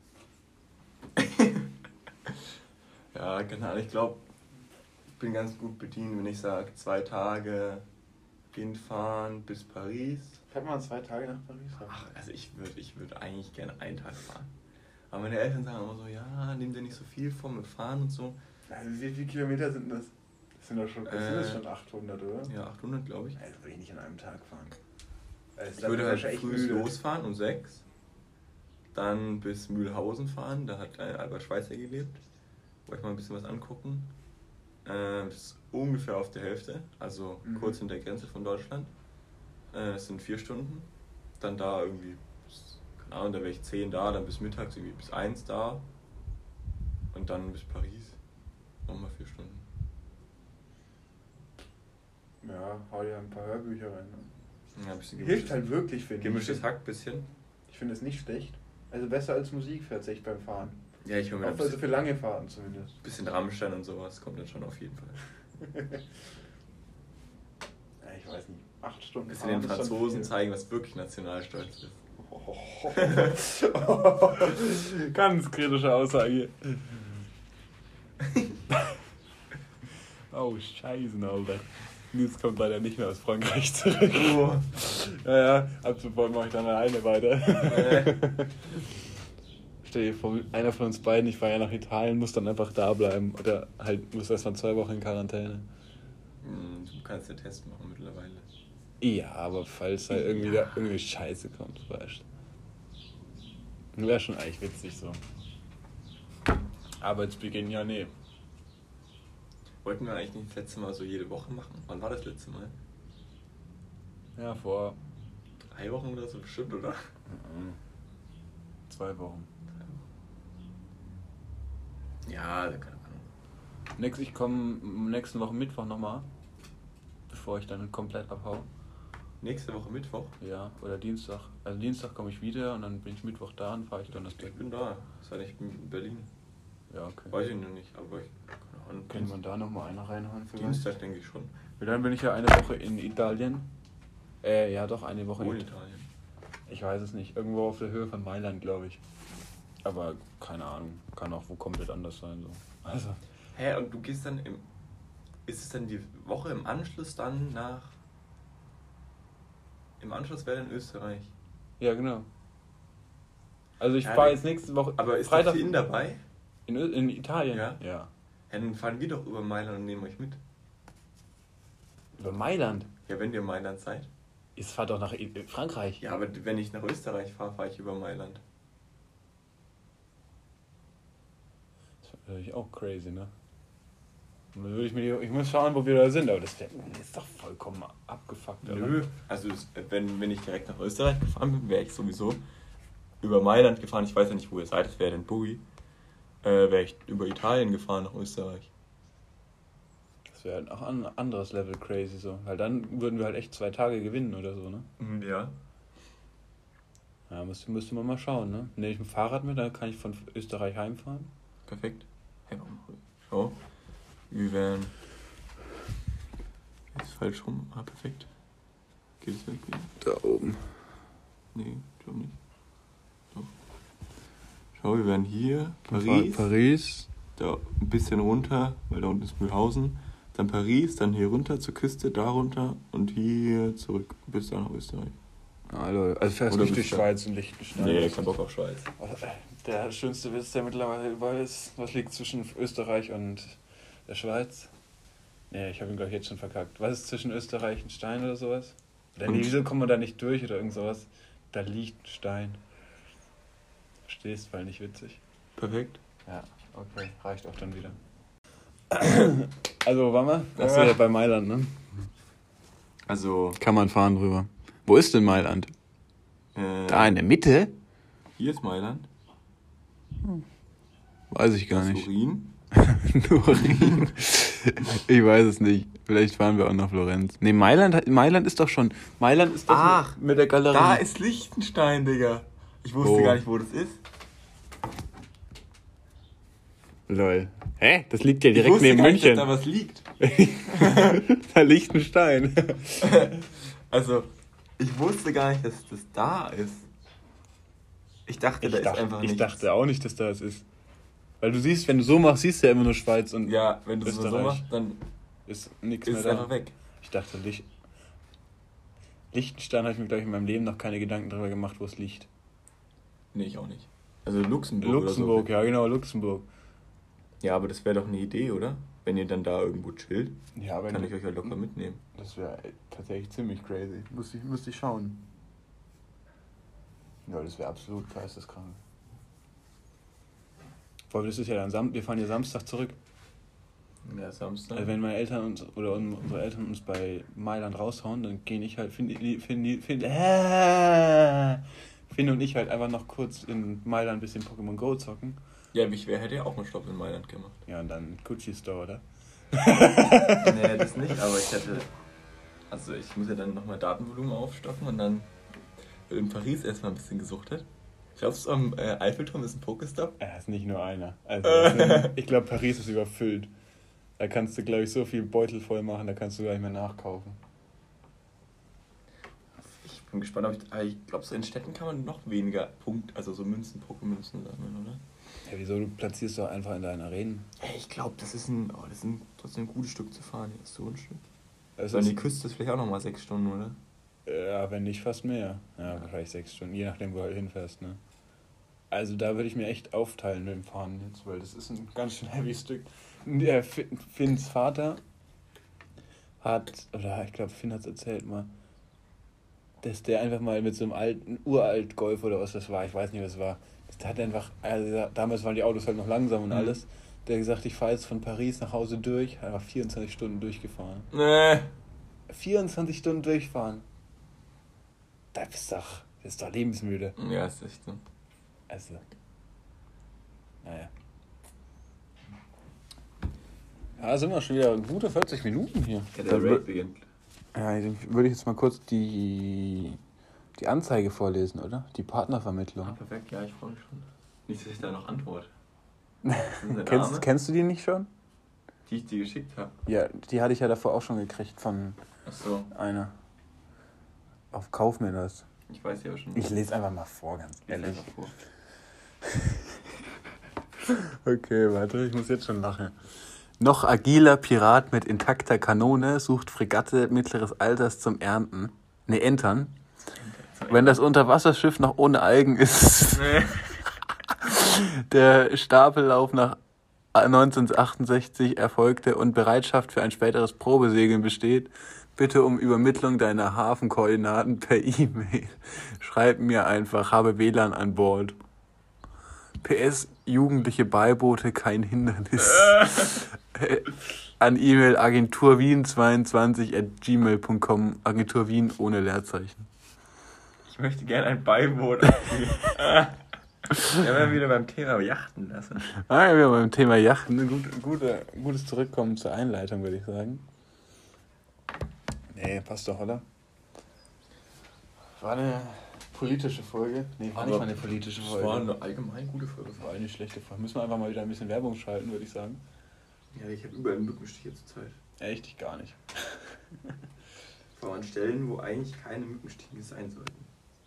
Ja, keine Ahnung, ich glaube, ich bin ganz gut bedient, wenn ich sage 2 Tage hinfahren bis Paris. Fährt man 2 Tage nach Paris? Ach, also ich würd eigentlich gerne 1 Tag fahren. Aber meine Eltern sagen immer so, ja, nimm dir nicht so viel vor mit Fahren und so. Also wie viele Kilometer sind das? Das sind doch schon, schon 800, oder? Ja, 800 glaube ich. Also will ich nicht an einem Tag fahren. Ich würde halt früh losfahren um 6. Dann bis Mühlhausen fahren, da hat Albert Schweitzer gelebt. Wollte ich mal ein bisschen was angucken. Das ist ungefähr auf der Hälfte, also kurz hinter der Grenze von Deutschland. Es sind 4 Stunden. Dann da irgendwie, keine Ahnung, da wäre ich 10 da, dann bis mittags irgendwie bis 1 da. Und dann bis Paris. Nochmal 4 Stunden. Ja, hau dir ein paar Hörbücher rein. Ne? Ja, ein bisschen hilft halt wirklich, finde ich. Gemischtes Hack, bisschen. Ich finde es nicht schlecht. Also besser als Musik tatsächlich beim Fahren. Ja, ich höre mir also für lange Fahrten zumindest. Ein bisschen Rammstein und sowas kommt dann schon auf jeden Fall. Ja, ich weiß nicht. 8 Stunden Bis den Franzosen zeigen, was wirklich Nationalstolz ist. Ganz kritische Aussage. Oh, Scheiße, Alter. Nils kommt leider nicht mehr aus Frankreich zurück. Oh. Ja, ab sofort mache ich dann alleine weiter. Stell dir vor, einer von uns beiden, ich fahre ja nach Italien, muss dann einfach da bleiben. Oder halt muss erst mal 2 Wochen in Quarantäne. Du kannst den Test machen mittlerweile. Ja, aber falls halt irgendwie Scheiße kommt, weißt du. Wäre schon eigentlich witzig so. Arbeitsbeginn, ja, nee. Wollten wir eigentlich nicht das letzte Mal so jede Woche machen? Wann war das letzte Mal? Ja, vor 3 Wochen oder so bestimmt, oder? 2 Wochen. Ja, keine Ahnung. Ich komme nächste Woche Mittwoch nochmal, bevor ich dann komplett abhau. Nächste Woche Mittwoch? Ja, oder Dienstag. Also Dienstag komme ich wieder und dann bin ich Mittwoch da und fahre ich Donnerstag. Ich bin da. Das heißt, ich bin in Berlin. Ja, okay. Weiß ich noch nicht, aber ich keine Ahnung. Könnte man da nochmal einer reinhauen vielleicht? Dienstag denke ich schon. Und dann bin ich ja eine Woche in Italien. Ja doch, eine Woche Wo in in Italien? Ich weiß es nicht. Irgendwo auf der Höhe von Mailand, glaube ich. Aber keine Ahnung. Kann auch wo komplett anders sein. So. Also. Hä, und du gehst dann Ist es dann die Woche im Anschluss dann nach... Im Anschluss wäre dann Österreich. Ja, genau. Also ich fahre jetzt nächste Woche... Aber ist Freitag da Finn dabei? in Italien? Ja. Ja. Ja, dann fahren wir doch über Mailand und nehmen euch mit. Über Mailand? Ja, wenn ihr in Mailand seid. Ich fahre doch nach Frankreich. Ja, aber wenn ich nach Österreich fahre, fahre ich über Mailand. Das wäre natürlich auch crazy, ne? Und dann würde ich muss schauen, wo wir da sind, aber das ist doch vollkommen abgefuckt, oder? Nö. Also wenn ich direkt nach Österreich gefahren bin, wäre ich sowieso über Mailand gefahren. Ich weiß ja nicht, wo ihr seid, das wäre dann Buggy. Wäre ich über Italien gefahren nach Österreich. Das wäre halt auch ein anderes Level crazy so. Weil dann würden wir halt echt 2 Tage gewinnen oder so, ne? Ja. Ja, müsste man mal schauen, ne? Nehme ich ein Fahrrad mit, dann kann ich von Österreich heimfahren. Perfekt. Hey, schau. Wir wären... Ist falsch rum. Ah, perfekt. Geht es weg? Da oben. Nee, ich glaube nicht. Doch. Schau, wir wären hier. Paris. Da ein bisschen runter, weil da unten ist Mühlhausen. Dann Paris, dann hier runter zur Küste, da runter und hier zurück bis da nach Österreich. Also fährst du nicht durch Schweiz und Liechtenstein? Nee, kein Bock auf Schweiz. Der schönste Witz, der mittlerweile überall ist, was liegt zwischen Österreich und der Schweiz? Nee, ich habe ihn, glaube ich, jetzt schon verkackt. Was ist zwischen Österreich und Stein oder sowas? Oder nee, wieso kommt man da nicht durch oder irgend sowas? Da liegt ein Stein. Verstehst, weil nicht witzig. Perfekt. Ja, okay, reicht auch dann wieder. Also, wo waren wir? Achso, ja, bei Mailand, ne? Also... Kann man fahren drüber. Wo ist denn Mailand? Da in der Mitte? Hier ist Mailand. Weiß ich gar nicht. Turin. Turin. Ich weiß es nicht. Vielleicht fahren wir auch nach Florenz. Nee, Mailand ist doch schon... Mailand ist doch mit der Galerie. Da ist Liechtenstein, Digga. Ich wusste gar nicht, wo das ist. Lol. Hä? Das liegt ja direkt neben München. Ich wusste gar nicht, dass da was liegt. Da Liechtenstein. Also, ich wusste gar nicht, dass das da ist. Ich dachte, ist einfach nichts. Ich dachte auch nicht, dass da was ist. Weil du siehst, wenn du so machst, siehst du ja immer nur Schweiz und ja, wenn du es so machst, dann ist nichts ist mehr es da. einfach weg. Ich dachte, Liechtenstein habe ich mir, glaube ich, in meinem Leben noch keine Gedanken darüber gemacht, wo es liegt. Nee, ich auch nicht. Also Luxemburg Luxemburg, oder so. ja genau, Luxemburg. Ja, aber das wäre doch eine Idee, oder? Wenn ihr dann da irgendwo chillt, ja, kann ich euch ja locker mitnehmen. Das wäre tatsächlich ziemlich crazy. Müsste ich schauen. Ja, das wäre absolut geisteskrank. Vor allem, das ist ja dann wir fahren ja Samstag zurück. Ja, Samstag. Also wenn meine Eltern unsere Eltern uns bei Mailand raushauen, dann gehen ich halt, Finn und ich halt einfach noch kurz in Mailand ein bisschen Pokémon Go zocken. Ja, hätte ja auch einen Stopp in Mailand gemacht. Ja, und dann Gucci Store, oder? Nee, das nicht, aber ich muss ja dann nochmal Datenvolumen aufstocken und dann in Paris erstmal ein bisschen gesuchtet. Glaubst du, am Eiffelturm ist ein Pokestop? Ja, ist nicht nur einer. Also, ich glaube, Paris ist überfüllt. Da kannst du, glaube ich, so viel Beutel voll machen, da kannst du gar nicht mehr nachkaufen. Ich bin gespannt, ich glaube, so in Städten kann man noch weniger so Münzen, Pokémünzen sammeln, oder? Ja, wieso? Du platzierst doch einfach in deinen Arenen. Ich glaube, das ist trotzdem ein gutes Stück zu fahren, hier ist so ein Stück. Also an die Küste ist vielleicht auch nochmal 6 Stunden, oder? Ja, wenn nicht fast mehr. Ja, wahrscheinlich 6 Stunden, je nachdem, wo du halt hinfährst, ne? Also da würde ich mir echt aufteilen mit dem Fahren jetzt, weil das ist ein ganz schön heavy Stück. Finns Vater ich glaube, Finn hat es erzählt mal, dass der einfach mal mit so einem uralt Golf oder was das war, ich weiß nicht, was es war, der hat einfach, also damals waren die Autos halt noch langsam und alles, der hat gesagt, ich fahre jetzt von Paris nach Hause durch, einfach 24 Stunden durchgefahren. Nee. 24 Stunden durchfahren. Das ist doch lebensmüde. Ja, ist echt so. Also, naja. Ja, sind wir schon wieder gute 40 Minuten hier. Ja, der Raid beginnt. Ja, dann würde ich jetzt mal kurz die Anzeige vorlesen, oder? Die Partnervermittlung. Ah, perfekt, ja, ich freue mich schon. Nicht, dass ich da noch antworte. Kennst du die nicht schon? Die ich dir geschickt habe? Ja, die hatte ich ja davor auch schon gekriegt von einer. Auf Kauf mir das. Ich weiß ja schon. Ich lese einfach mal vor, ganz ehrlich. Vor. Okay, warte, ich muss jetzt schon lachen. Noch agiler Pirat mit intakter Kanone sucht Fregatte mittleres Alters zum Ernten. Entern. Wenn das Unterwasserschiff noch ohne Algen ist. Der Stapellauf nach 1968 erfolgte und Bereitschaft für ein späteres Probesegeln besteht, bitte um Übermittlung deiner Hafenkoordinaten per E-Mail. Schreib mir einfach, habe WLAN an Bord. PS, jugendliche Beiboote kein Hindernis. An E-Mail agenturwien22@gmail.com, Agentur Wien ohne Leerzeichen. Ich möchte gerne ein Beiboot. Ja, wenn wir wieder beim Thema Yachten lassen. Ah, wir beim Thema Yachten. Gutes Zurückkommen zur Einleitung, würde ich sagen. Nee, passt doch, oder? War eine politische Folge. Nee, war nicht mal eine politische Folge. Das war eine allgemein gute Folge. War eine schlechte Folge. Müssen wir einfach mal wieder ein bisschen Werbung schalten, würde ich sagen. Ja, ich habe überall Mückenstiche zur Zeit. Echt? Ich gar nicht. Vor allem an Stellen, wo eigentlich keine Mückenstiche sein sollten.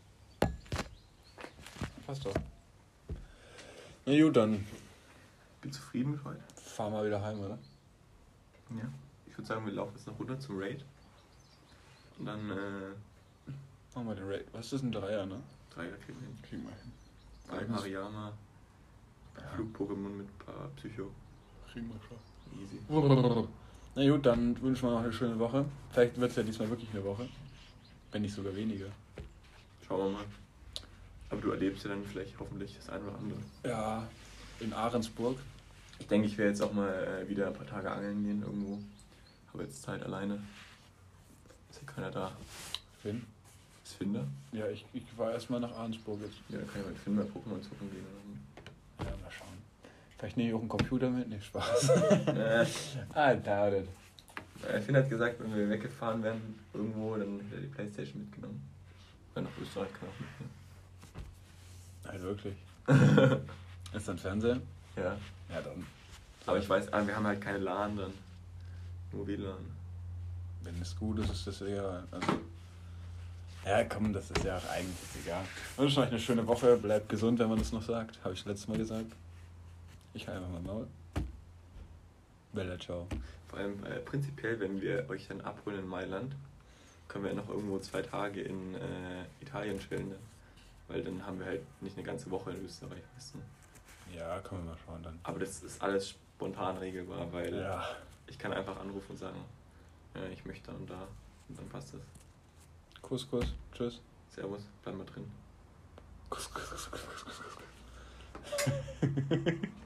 Passt doch. Na gut, dann. Bin zufrieden mit heute. Fahren wir wieder heim, oder? Ja. Ich würde sagen, wir laufen jetzt noch runter zum Raid. Und dann, machen wir den Raid. Was ist ein Dreier, ne? Dreier kriegen wir hin. Kriegen wir hin. Hariyama, Flug-Pokémon mit ein paar Psycho. Kriegen wir schon. Easy. Na gut, dann wünschen wir noch eine schöne Woche. Vielleicht wird es ja diesmal wirklich eine Woche. Wenn nicht sogar weniger. Schauen wir mal. Aber du erlebst ja dann vielleicht hoffentlich das eine oder andere. Ja, in Ahrensburg. Ich denke, ich werde jetzt auch mal wieder ein paar Tage angeln gehen irgendwo. Habe jetzt Zeit alleine. Ist ja keiner da. Finn? Ist Finn da? Ja, ich war erstmal nach Ahrensburg jetzt. Ja, dann kann ich mit Finn mal Pokémon zocken gehen. Ja, mal schauen. Vielleicht nehme ich auch einen Computer mit. Nee, Spaß. I doubt it. Finn hat gesagt, wenn wir weggefahren wären irgendwo, dann hätte er die Playstation mitgenommen. Weil nach Österreich kann er auch mitnehmen. Halt wirklich. Ist dann Fernseher? Ja. Ja, dann. Aber ich weiß, wir haben halt keine LAN dann. Nur WLAN. Wenn es gut ist, ist das egal. Also, ja, komm, das ist ja eigentlich egal. Und euch eine schöne Woche. Bleibt gesund, wenn man das noch sagt. Habe ich letztes Mal gesagt. Ich halte einfach mal Maul. Bella, ciao. Vor allem prinzipiell, wenn wir euch dann abholen in Mailand, können wir noch irgendwo 2 Tage in Italien chillen. Ne? Weil dann haben wir halt nicht eine ganze Woche in Österreich. Weißt du? Ja, können wir mal schauen dann. Aber das ist alles spontan regelbar, weil ich kann einfach anrufen und sagen, ich möchte da und da. Und dann passt das. Kuss, tschüss. Servus, bleib mal drin. Kuss.